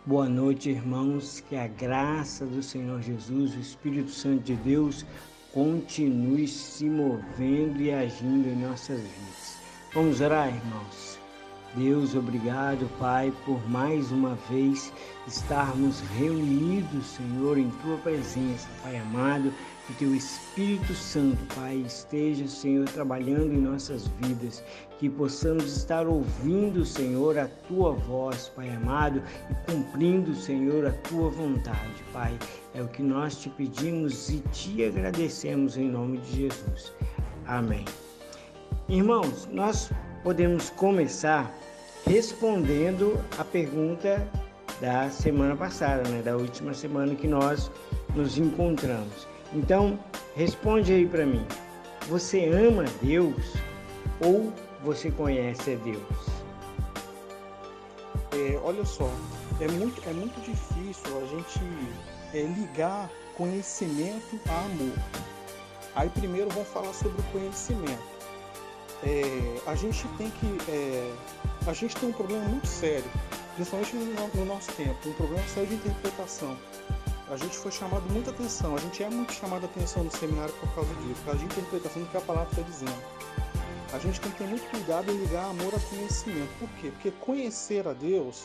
Boa noite, irmãos. Que a graça do Senhor Jesus, o Espírito Santo de Deus, continue se movendo e agindo em nossas vidas. Vamos orar, irmãos. Deus, obrigado, Pai, por mais uma vez estarmos reunidos, Senhor, em Tua presença, Pai amado, que Teu Espírito Santo, Pai, esteja, Senhor, trabalhando em nossas vidas, que possamos estar ouvindo, Senhor, a Tua voz, Pai amado, e cumprindo, Senhor, a Tua vontade, Pai. É o que nós te pedimos e te agradecemos em nome de Jesus. Amém. Irmãos, nós podemos começar respondendo a pergunta da semana passada, da última semana que nós nos encontramos. Então, responde aí para mim. Você ama Deus ou você conhece a Deus? Olha só, é muito difícil a gente ligar conhecimento a amor. Aí primeiro vamos falar sobre o conhecimento. A gente tem um problema muito sério, principalmente no nosso tempo, um problema sério de interpretação. A gente foi chamado muita atenção, a gente é muito chamado a atenção no seminário por causa disso, por causa de interpretação do que a palavra está dizendo. A gente tem que ter muito cuidado em ligar amor a conhecimento. Por quê? Porque conhecer a Deus,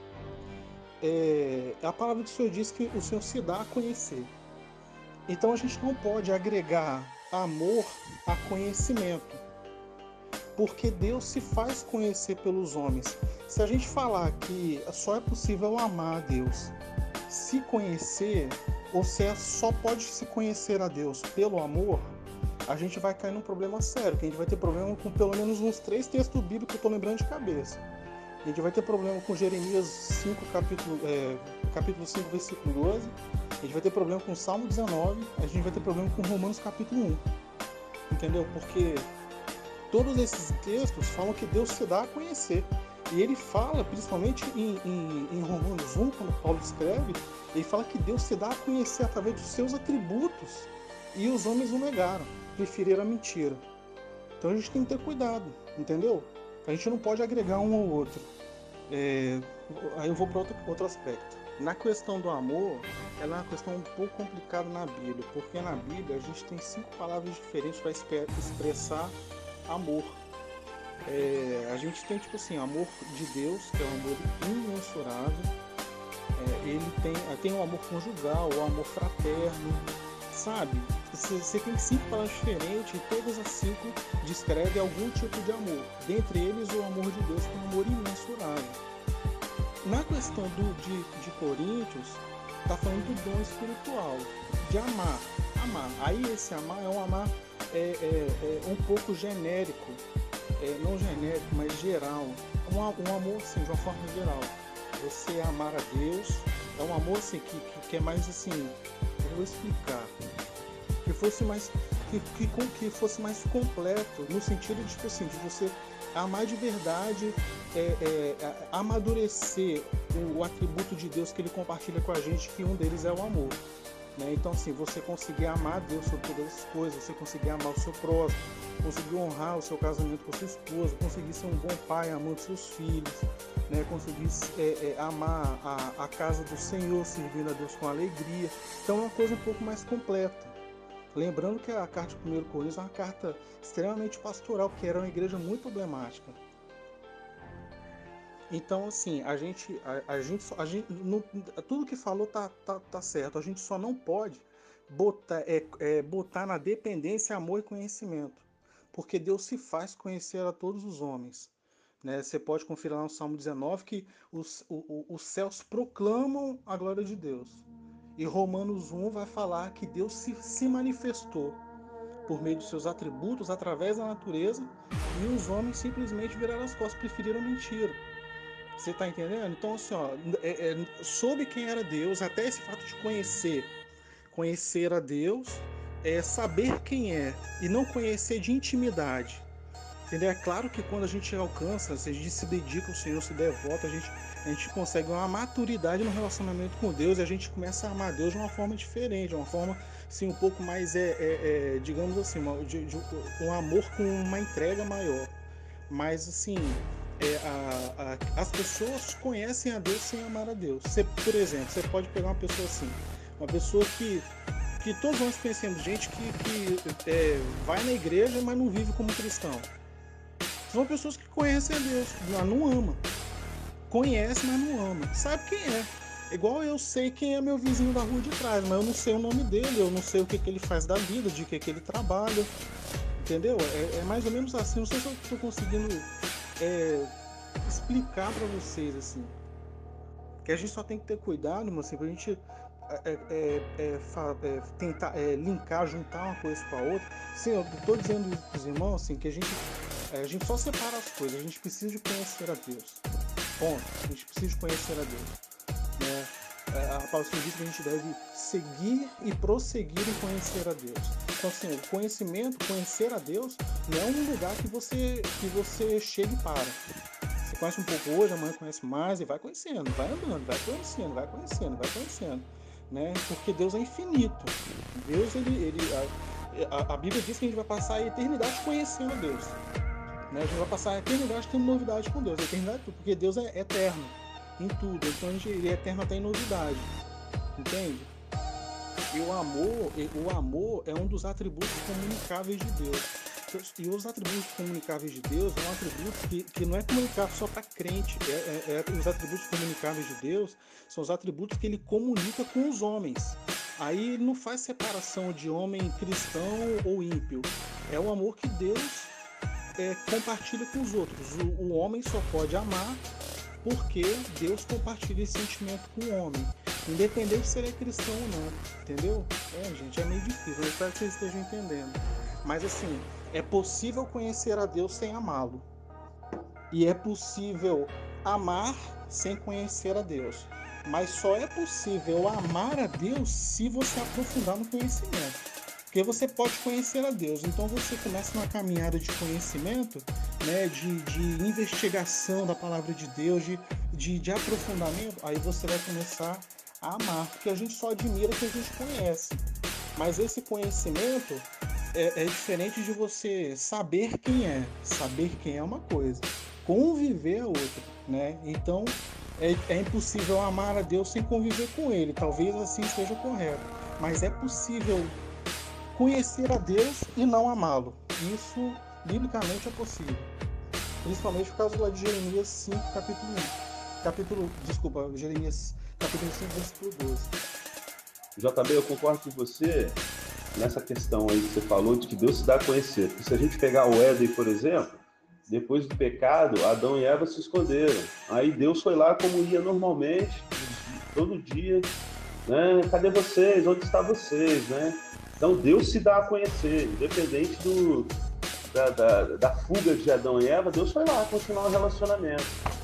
a palavra do Senhor diz que o Senhor se dá a conhecer. Então a gente não pode agregar amor a conhecimento, porque Deus se faz conhecer pelos homens. Se a gente falar que só é possível amar a Deus, se conhecer, ou se só pode se conhecer a Deus pelo amor, a gente vai cair num problema sério, que a gente vai ter problema com pelo menos uns 3 textos bíblicos que eu estou lembrando de cabeça. A gente vai ter problema com Jeremias 5, capítulo 5, versículo 12. A gente vai ter problema com Salmo 19. A gente vai ter problema com Romanos capítulo 1. Entendeu? Porque todos esses textos falam que Deus se dá a conhecer. E ele fala, principalmente em Romanos 1, quando Paulo escreve, ele fala que Deus se dá a conhecer através dos seus atributos. E os homens o negaram, preferiram a mentira. Então a gente tem que ter cuidado, entendeu? A gente não pode agregar um ao outro. Aí eu vou para outro aspecto. Na questão do amor, ela é uma questão um pouco complicada na Bíblia, porque na Bíblia a gente tem 5 palavras diferentes para expressar amor. A gente tem amor de Deus, que é um amor imensurável. Ele tem o amor conjugal, o amor fraterno, sabe? Você tem 5 palavras diferentes e todas as 5 descrevem algum tipo de amor. Dentre eles, o amor de Deus, que é um amor imensurável. Na questão de Coríntios, está falando do dom espiritual, de amar. Aí esse amar é um amar um pouco genérico, não genérico, mas geral. Um amor assim, de uma forma geral. Você amar a Deus é um amor assim, que é mais assim, eu vou explicar, que fosse mais completo, no sentido de você amar de verdade, amadurecer o atributo de Deus que ele compartilha com a gente, que um deles é o amor. Então, assim, você conseguir amar a Deus sobre todas as coisas, você conseguir amar o seu próximo, conseguir honrar o seu casamento com a sua esposa, conseguir ser um bom pai amando seus filhos, conseguir amar a casa do Senhor, servindo a Deus com alegria. Então é uma coisa um pouco mais completa. Lembrando que a carta de 1 Coríntios é uma carta extremamente pastoral, que era uma igreja muito problemática. Então, assim, tudo que falou tá certo. A gente só não pode botar na dependência amor e conhecimento, porque Deus se faz conhecer a todos os homens. Você pode conferir lá no Salmo 19 que os céus proclamam a glória de Deus. E Romanos 1 vai falar que Deus se manifestou por meio dos seus atributos, através da natureza, e os homens simplesmente viraram as costas, preferiram mentira. Você está entendendo? Então, assim, sobre quem era Deus, até esse fato de conhecer a Deus, saber quem é, e não conhecer de intimidade. Entendeu? É claro que quando a gente alcança, se a gente se dedica ao Senhor, se devota, a gente consegue uma maturidade no relacionamento com Deus, e a gente começa a amar Deus de uma forma diferente, de uma forma assim, um pouco mais, digamos assim, um amor com uma entrega maior. Mas assim, as pessoas conhecem a Deus sem amar a Deus. Você, por exemplo, você pode pegar uma pessoa assim, uma pessoa que todos nós conhecemos gente que vai na igreja, mas não vive como cristão. São pessoas que conhecem a Deus, mas não ama. Conhece, mas não ama. Sabe quem é. Igual eu sei quem é meu vizinho da rua de trás, mas eu não sei o nome dele, eu não sei o que ele faz da vida, de que ele trabalha. Entendeu? É mais ou menos assim. Não sei se eu estou conseguindo explicar para vocês assim. Que a gente só tem que ter cuidado, mas assim, pra gente tentar linkar, juntar uma coisa com a outra. Sim, eu estou dizendo isso para os irmãos, assim, que a gente só separa as coisas. A gente precisa de conhecer a Deus. Ponto. A gente precisa de conhecer a Deus. Né? A palavra diz que a gente deve seguir e prosseguir em conhecer a Deus. Então, assim, o conhecimento, conhecer a Deus, não é um lugar que você chegue e para. Você conhece um pouco hoje, amanhã conhece mais e vai conhecendo, vai andando, vai conhecendo. Né? Porque Deus é infinito. Deus, a Bíblia diz que a gente vai passar a eternidade conhecendo a Deus. Né? A gente vai passar a eternidade tendo novidade com Deus. A eternidade, porque Deus é eterno em tudo. Então ele é eterno até em novidade. Entende? E o amor é um dos atributos comunicáveis de Deus. E os atributos comunicáveis de Deus é um atributo que não é comunicável só para crente. Os atributos comunicáveis de Deus são os atributos que ele comunica com os homens. Aí ele não faz separação de homem cristão ou ímpio. É o amor que Deus compartilha com os outros. O homem só pode amar porque Deus compartilha esse sentimento com o homem, independente se ele é cristão ou não, entendeu? Gente, é meio difícil, eu espero que vocês estejam entendendo. Mas assim, é possível conhecer a Deus sem amá-lo. E é possível amar sem conhecer a Deus. Mas só é possível amar a Deus se você aprofundar no conhecimento. Porque você pode conhecer a Deus, então você começa uma caminhada de conhecimento, né, de investigação da palavra de Deus, de aprofundamento, aí você vai começar a amar, porque a gente só admira o que a gente conhece. Mas esse conhecimento é diferente de você saber quem é. Saber quem é uma coisa, conviver é outra, né? Então é impossível amar a Deus sem conviver com Ele. Talvez assim esteja correto, mas é possível conhecer a Deus e não amá-lo. Isso, biblicamente, é possível. Principalmente por causa lá de Jeremias 5, Jeremias capítulo 5, versículo 12. JB, eu concordo com você nessa questão aí que você falou de que Deus se dá a conhecer. Porque se a gente pegar o Éden, por exemplo, depois do pecado, Adão e Eva se esconderam. Aí Deus foi lá como ia normalmente, todo dia, né? Cadê vocês? Onde estão vocês, né? Então Deus se dá a conhecer, independente da fuga de Adão e Eva, Deus foi lá continuar o relacionamento.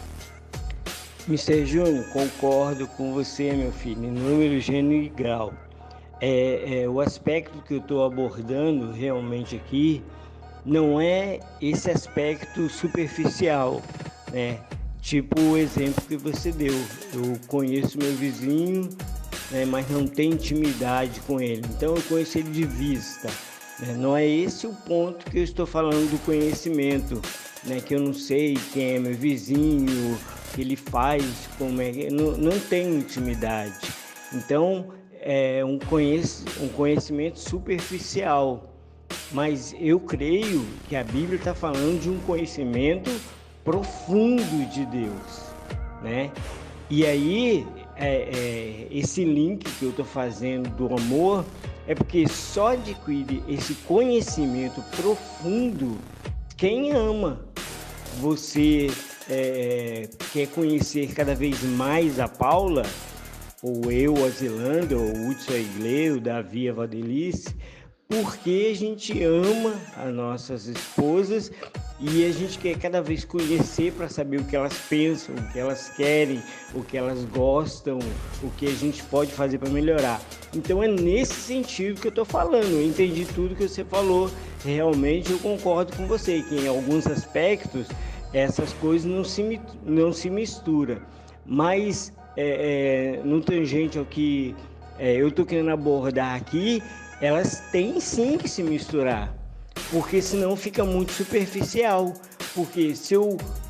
Mr. Júnior, concordo com você, meu filho, em número, gênero e grau. O aspecto que eu estou abordando realmente aqui não é esse aspecto superficial, né? Tipo o exemplo que você deu. Eu conheço meu vizinho, né, mas não tenho intimidade com ele. Então eu conheço ele de vista. Né? Não é esse o ponto que eu estou falando do conhecimento, né? Que eu não sei quem é meu vizinho, o que ele faz, como é. Não tenho intimidade. Então é um conhecimento superficial. Mas eu creio que a Bíblia está falando de um conhecimento profundo de Deus, né? E aí, esse link que eu estou fazendo do amor é porque só adquire esse conhecimento profundo quem ama. Você quer conhecer cada vez mais a Paula, ou eu, a Zilanda, ou o Hudson, a Iglê, o Davi, a Valdelice, porque a gente ama as nossas esposas e a gente quer cada vez conhecer para saber o que elas pensam, o que elas querem, o que elas gostam, o que a gente pode fazer para melhorar. Então é nesse sentido que eu estou falando. Eu entendi tudo que você falou. Realmente eu concordo com você que em alguns aspectos essas coisas não se misturam. Mas no tangente ao que eu estou querendo abordar aqui, elas têm sim que se misturar, porque senão fica muito superficial. Porque se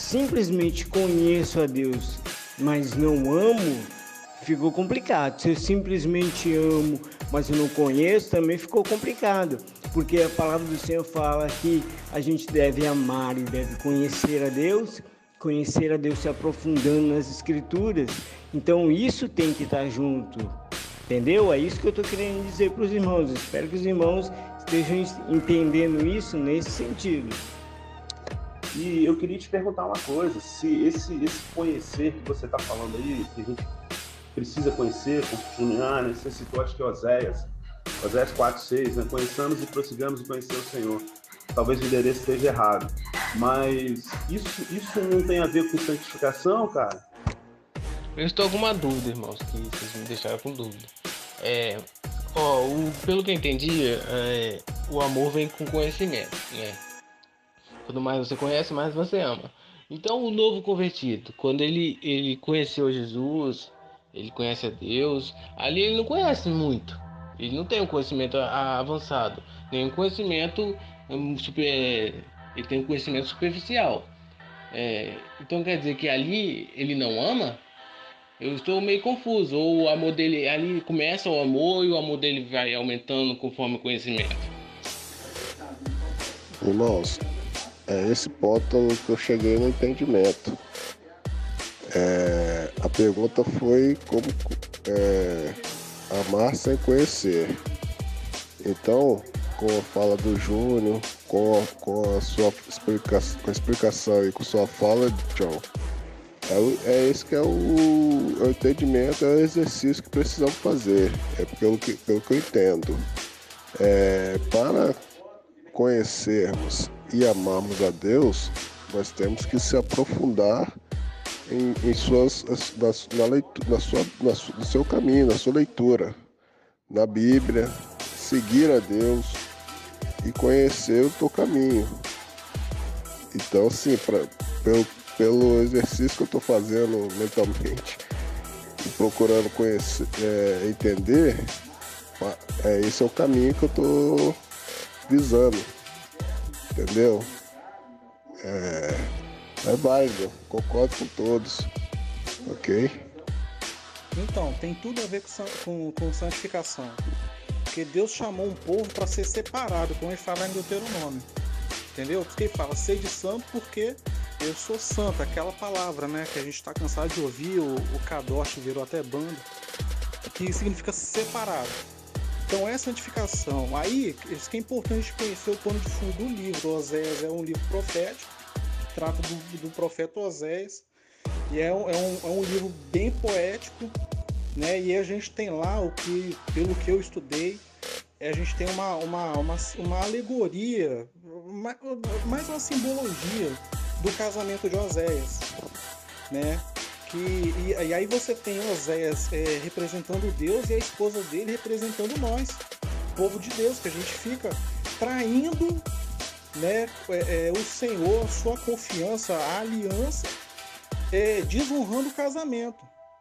simplesmente conheço a Deus, mas não amo, ficou complicado. Se eu simplesmente amo, mas eu não conheço, também ficou complicado. Porque a palavra do Senhor fala que a gente deve amar e deve conhecer a Deus se aprofundando nas Escrituras. Então isso tem que estar junto, entendeu? É isso que eu estou querendo dizer para os irmãos. Eu espero que os irmãos estejam entendendo isso nesse sentido. E eu queria te perguntar uma coisa, se esse conhecer que você está falando aí, que a gente precisa conhecer, continuar, né? Você citou, acho que Oséias 4:6, né? Conheçamos e prossigamos em conhecer o Senhor. Talvez o endereço esteja errado, mas isso não tem a ver com santificação, cara? Eu estou com uma dúvida, irmãos, que vocês me deixaram com dúvida. Pelo que eu entendi, o amor vem com conhecimento, né? Quanto mais você conhece, mais você ama. Então, o novo convertido, quando ele conheceu Jesus, ele conhece a Deus, ali ele não conhece muito. Ele não tem um conhecimento avançado, nem um conhecimento ele tem um conhecimento superficial. Então, quer dizer que ali ele não ama? Eu estou meio confuso. Ou o amor dele, ali começa o amor e o amor dele vai aumentando conforme o conhecimento. Irmãos, é esse ponto que eu cheguei no entendimento. A pergunta foi como amar sem conhecer. Então, com a fala do Júnior, com a sua explicação e com sua fala, John, é esse que é o entendimento, é o exercício que precisamos fazer. É pelo que eu entendo. Para conhecermos e amarmos a Deus, nós temos que se aprofundar no seu caminho, na sua leitura, na Bíblia, seguir a Deus e conhecer o teu caminho. Então, assim, pelo exercício que eu estou fazendo mentalmente e procurando conhecer, entender, esse é o caminho que eu estou visando, entendeu? É válido, concordo com todos, ok? Então, tem tudo a ver com santificação. Porque Deus chamou um povo para ser separado, como ele fala em Deuteronômio. Entendeu? Porque ele fala, sede santo porque eu sou santo. Aquela palavra, né, que a gente está cansado de ouvir, o Kadosh virou até bando, que significa separado. Então é santificação. Aí, isso que é importante conhecer o pano de fundo do livro. Oséias é um livro profético, trata do profeta Oséias, e é um livro bem poético, né? E a gente tem lá pelo que eu estudei, a gente tem uma alegoria, mais uma simbologia do casamento de Oséias, né? E aí você tem Oséias representando Deus e a esposa dele representando nós, o povo de Deus, que a gente fica traindo, né, o Senhor, a sua confiança, a aliança, desonrando o casamento.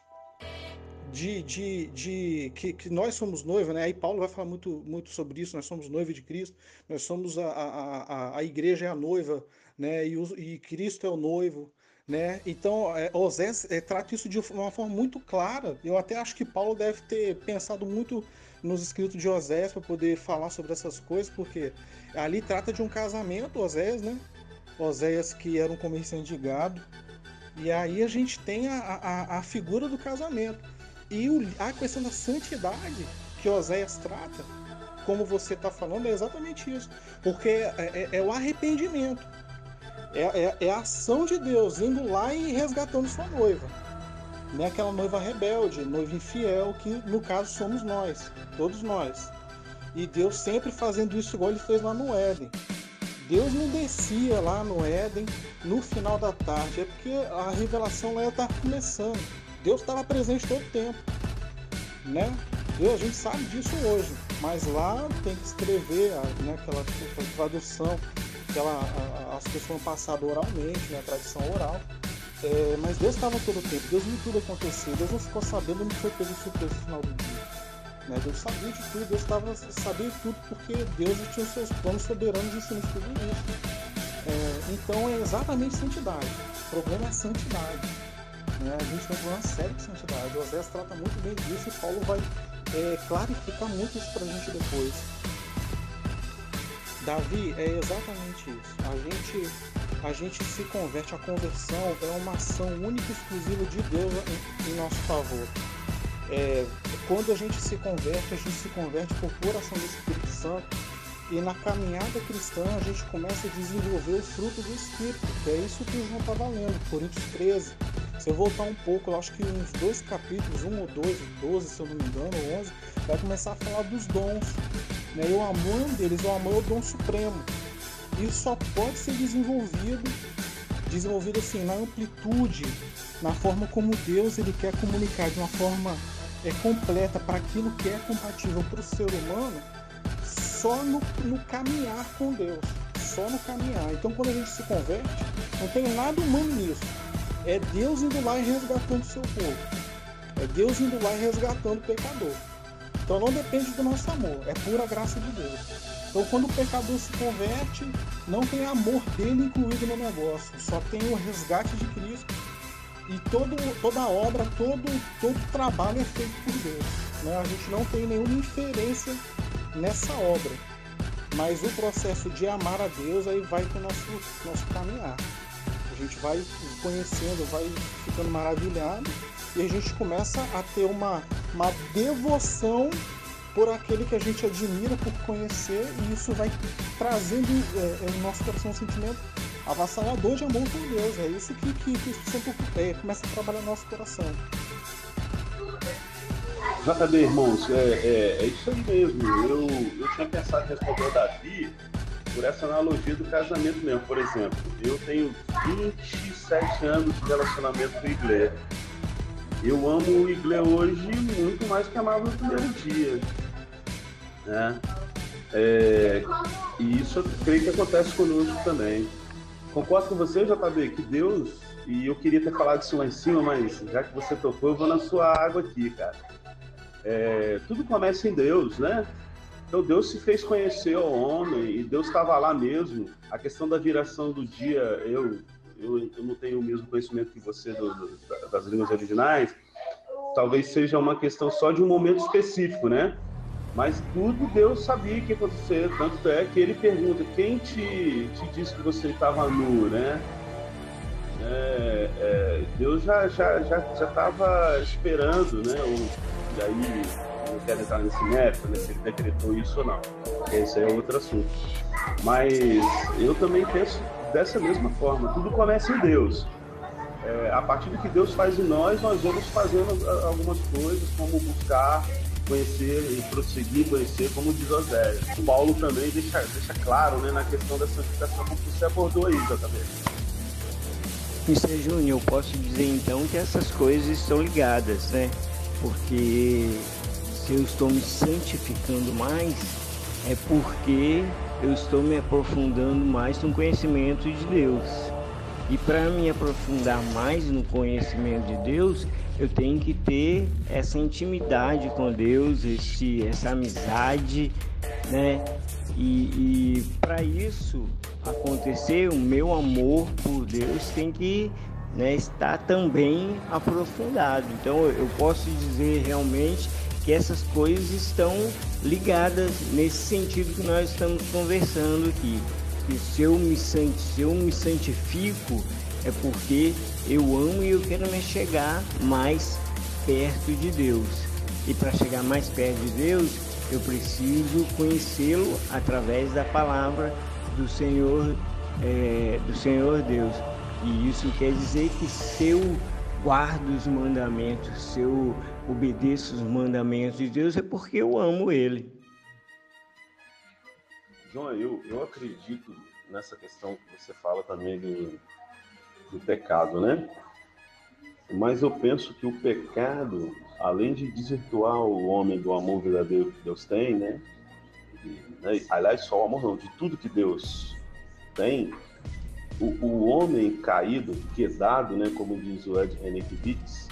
Que nós somos noiva, né? Aí Paulo vai falar muito sobre isso. Nós somos noiva de Cristo, nós somos a igreja é a noiva, né? E Cristo é o noivo, né? Então Oséias trata isso de uma forma muito clara. Eu até acho que Paulo deve ter pensado muito nos escritos de Oséias para poder falar sobre essas coisas, porque ali trata de um casamento, Oséias, né? Oséias, que era um comerciante de gado, e aí a gente tem a figura do casamento. E a questão da santidade que Oséias trata, como você está falando, é exatamente isso. Porque é o arrependimento. É a ação de Deus indo lá e resgatando sua noiva. Não é aquela noiva rebelde, noiva infiel, que no caso somos nós, todos nós. E Deus sempre fazendo isso igual ele fez lá no Éden. Deus não descia lá no Éden no final da tarde, é porque a revelação lá está começando. Deus estava presente todo o tempo, né? A gente sabe disso hoje, mas lá tem que escrever, né, aquela tradução, as pessoas foram passadas oralmente, né, a tradição oral, mas Deus estava todo o tempo, Deus viu tudo acontecer, Deus não ficou sabendo, não foi pego de surpresa no final do dia, né? Deus sabia de tudo, Deus sabia de tudo, porque Deus tinha os seus planos soberanos em cima de tudo isso. Então é exatamente santidade. problema é a santidade. Né? A gente tem um problema sério de santidade. O Oséias trata muito bem disso e Paulo vai clarificar muito isso para a gente depois. Davi, é exatamente isso. A gente se converte, a conversão é uma ação única e exclusiva de Deus em nosso favor. Quando a gente se converte por pura ação do Espírito Santo, e na caminhada cristã a gente começa a desenvolver o fruto do Espírito, que é isso que o João estava lendo, Coríntios 13. Se eu voltar um pouco, eu acho que uns 2 capítulos, 1 ou 2, 12, se eu não me engano, ou 11, vai começar a falar dos dons. Né? E o amor é um deles, o amor é o dom supremo. Isso só pode ser desenvolvido assim, na amplitude, na forma como Deus ele quer comunicar de uma forma completa para aquilo que é compatível para o ser humano, só no caminhar com Deus, só no caminhar. Então quando a gente se converte, não tem nada humano nisso. É Deus indo lá e resgatando o seu povo. É Deus indo lá e resgatando o pecador. Então não depende do nosso amor, é pura graça de Deus. Então quando o pecador se converte, não tem amor dele incluído no negócio, só tem o resgate de Cristo. E toda a obra, todo trabalho é feito por Deus. Né? A gente não tem nenhuma inferência nessa obra. Mas o processo de amar a Deus aí vai para o nosso caminhar. A gente vai conhecendo, vai ficando maravilhado e a gente começa a ter uma devoção por aquele que a gente admira, por conhecer, e isso vai trazendo no nosso coração um sentimento avassalador de amor por Deus. É isso que sempre começa a trabalhar no nosso coração. JB, irmãos, é isso aí mesmo. Eu tinha pensado em responder o Davi por essa analogia do casamento mesmo. Por exemplo, eu tenho 27 anos de relacionamento com o Iglé. Eu amo o Iglé hoje muito mais que amava no primeiro dia. Né? E isso eu creio que acontece conosco também. Concordo com você, JB, que Deus, e eu queria ter falado isso lá em cima, mas já que você tocou, eu vou na sua água aqui, cara. Tudo começa em Deus, né? Então Deus se fez conhecer ao homem e Deus estava lá mesmo. A questão da viração do dia, eu não tenho o mesmo conhecimento que você das línguas originais, talvez seja uma questão só de um momento específico, né? Mas tudo Deus sabia que ia acontecer, tanto é que ele pergunta, quem te disse que você estava nu, né? Deus já estava esperando, né? E aí, não quero entrar nesse mérito, né, se ele decretou isso ou não, esse é outro assunto. Mas eu também penso dessa mesma forma, tudo começa em Deus. A partir do que Deus faz em nós vamos fazendo algumas coisas, como buscar, conhecer e prosseguir, conhecer, como diz Oséias. O Paulo também deixa claro, né, na questão da santificação, como você abordou aí, JB. Mr. Júnior, eu posso dizer então que essas coisas estão ligadas, né? Porque se eu estou me santificando mais, é porque eu estou me aprofundando mais no conhecimento de Deus. E para me aprofundar mais no conhecimento de Deus, eu tenho que ter essa intimidade com Deus, essa amizade, né? E para isso acontecer, o meu amor por Deus tem que, né, estar também aprofundado. Então eu posso dizer realmente que essas coisas estão ligadas nesse sentido que nós estamos conversando aqui. Que se eu me santifico é porque eu amo e eu quero me chegar mais perto de Deus. E para chegar mais perto de Deus, eu preciso conhecê-lo através da palavra do Senhor Deus. E isso quer dizer que se eu guardo os mandamentos, se eu obedeço os mandamentos de Deus, é porque eu amo Ele. João, eu acredito nessa questão que você fala também do pecado, né? Mas eu penso que o pecado, além de desvirtuar o homem do amor verdadeiro que Deus tem, né? Aliás, só o amor não, de tudo que Deus tem, o homem caído, quedado, né? Como diz o Ed Renekiewicz,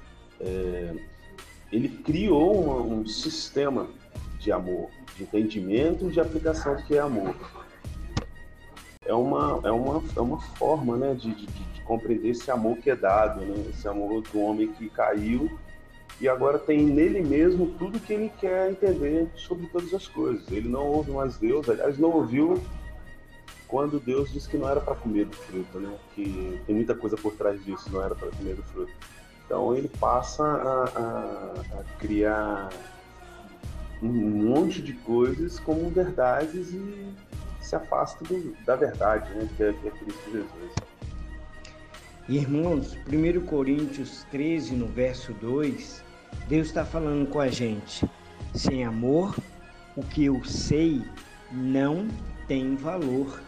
ele criou um sistema de amor, de entendimento e de aplicação do que é amor. é uma forma, né, de compreender esse amor que é dado, né, esse amor do homem que caiu e agora tem nele mesmo tudo que ele quer entender sobre todas as coisas. Ele não ouve mais Deus, aliás, não ouviu quando Deus disse que não era para comer do fruto, né, que tem muita coisa por trás disso, não era para comer do fruto. Então ele passa a criar um monte de coisas como verdades e se afasta da verdade, né, que é Cristo Jesus. Irmãos, 1 Coríntios 13, no verso 2, Deus está falando com a gente. Sem amor, o que eu sei não tem valor.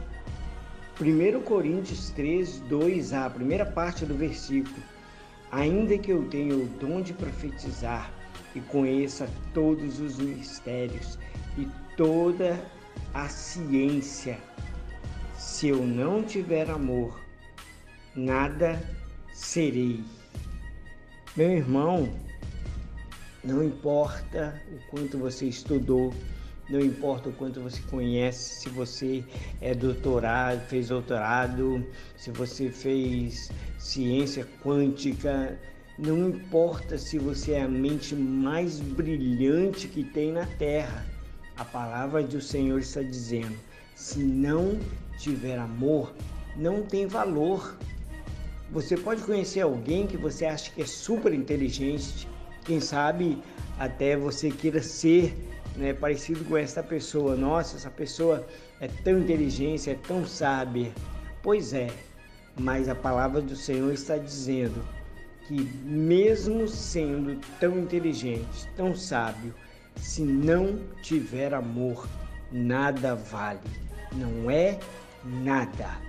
1 Coríntios 13, 2a, a primeira parte do versículo. Ainda que eu tenha o dom de profetizar e conheça todos os mistérios e toda a ciência, se eu não tiver amor, nada serei. Meu irmão, não importa o quanto você estudou, não importa o quanto você conhece, se você é doutorado, fez doutorado, se você fez ciência quântica, não importa se você é a mente mais brilhante que tem na Terra. A palavra do Senhor está dizendo, se não tiver amor, não tem valor. Você pode conhecer alguém que você acha que é super inteligente, quem sabe até você queira ser, né, parecido com essa pessoa. Nossa, essa pessoa é tão inteligente, é tão sábia. Pois é, mas a palavra do Senhor está dizendo que mesmo sendo tão inteligente, tão sábio, se não tiver amor, nada vale. Não é nada.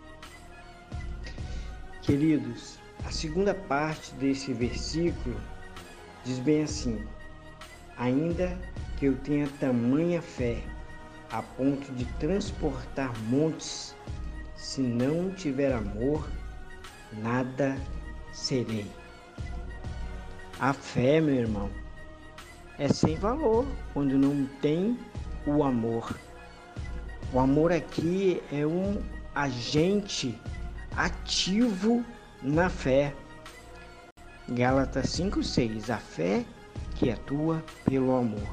Queridos, a segunda parte desse versículo diz bem assim: ainda que eu tenha tamanha fé a ponto de transportar montes, se não tiver amor, nada serei. A fé, meu irmão, é sem valor quando não tem o amor. O amor aqui é um agente ativo na fé. Gálatas 5:6, a fé que atua pelo amor.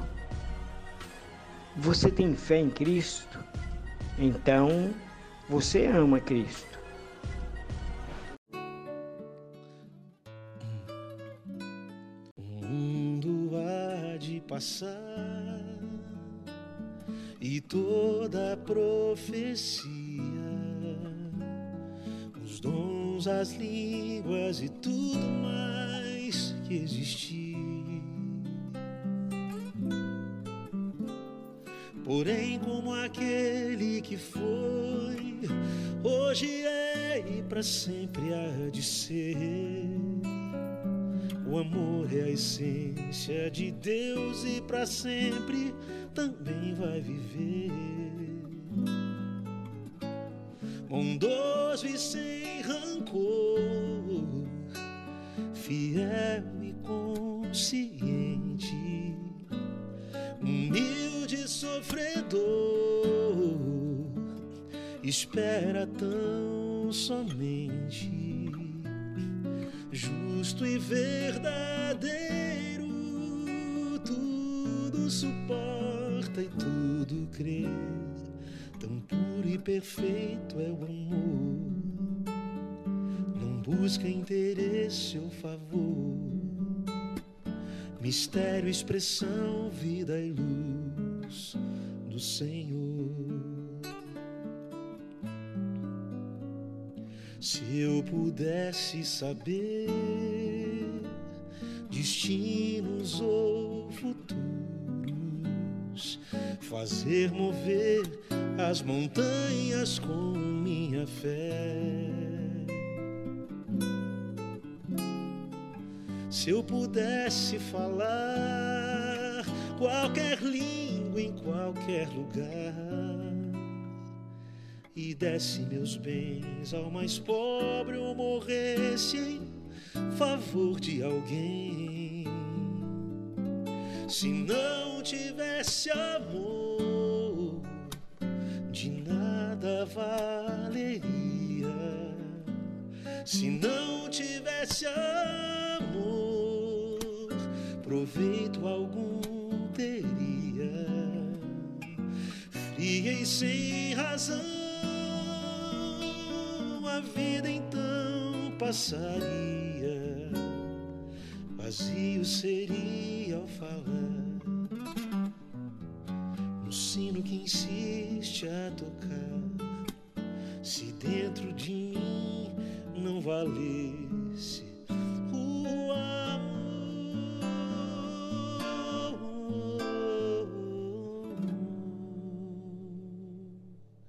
Você tem fé em Cristo? Então você ama Cristo. O mundo há de passar e toda a profecia, os dons, as línguas e tudo mais que existir. Porém, como aquele que foi, hoje é e para sempre há de ser. O amor é a essência de Deus e para sempre também vai viver. Bondoso e sem rancor, fiel e consciente, humilde e sofredor, espera tão somente, justo e verdadeiro, tudo suporta e tudo crê, tão puro e perfeito é o amor, não busca interesse ou favor, mistério, expressão, vida e luz do Senhor. Se eu pudesse saber destinos ou futuros, fazer mover as montanhas com minha fé. Se eu pudesse falar qualquer língua em qualquer lugar e desse meus bens ao mais pobre ou morresse em favor de alguém, se não tivesse amor, de nada nada valeria. Se não tivesse amor, proveito algum teria. Fria e sem razão, a vida então passaria. Vazio seria ao falar no sino que insiste a tocar. Se dentro de mim não valer